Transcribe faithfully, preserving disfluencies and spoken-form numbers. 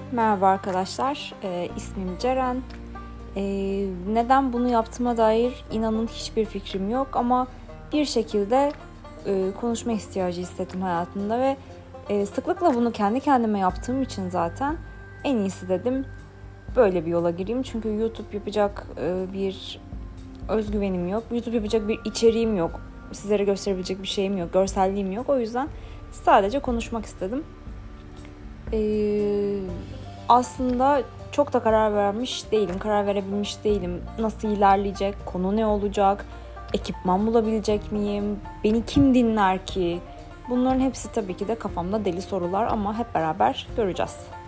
Merhaba arkadaşlar, ee, ismim Ceren. Ee, neden bunu yaptığıma dair inanın hiçbir fikrim yok ama bir şekilde e, konuşma ihtiyacı hissettim hayatımda ve e, sıklıkla bunu kendi kendime yaptığım için zaten en iyisi dedim böyle bir yola gireyim. Çünkü YouTube yapacak e, bir özgüvenim yok, YouTube yapacak bir içeriğim yok, sizlere gösterebilecek bir şeyim yok, görselliğim yok. O yüzden sadece konuşmak istedim. Ee, aslında çok da karar vermiş değilim, karar verebilmiş değilim. Nasıl ilerleyecek, konu ne olacak, ekipman bulabilecek miyim, beni kim dinler ki? Bunların hepsi tabii ki de kafamda deli sorular ama hep beraber göreceğiz.